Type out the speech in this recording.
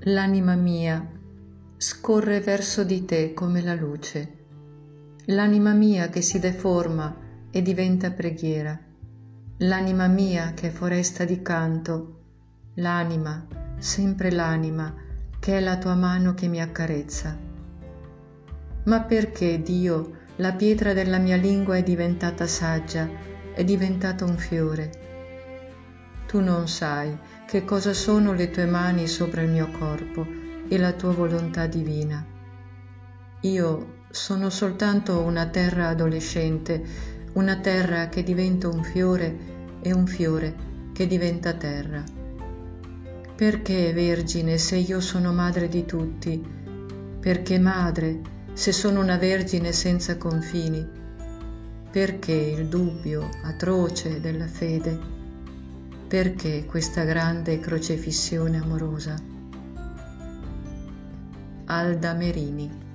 L'anima mia scorre verso di te come la luce, l'anima mia che si deforma e diventa preghiera, l'anima mia che è foresta di canto, l'anima, sempre l'anima, che è la tua mano che mi accarezza. Ma perché, Dio, la pietra della mia lingua è diventata saggia, è diventata un fiore? Tu non sai che cosa sono le tue mani sopra il mio corpo e la tua volontà divina. Io sono soltanto una terra adolescente, una terra che diventa un fiore e un fiore che diventa terra. Perché, Vergine, se io sono madre di tutti? Perché madre, se sono una vergine senza confini? Perché il dubbio atroce della fede? Perché questa grande crocefissione amorosa? Alda Merini.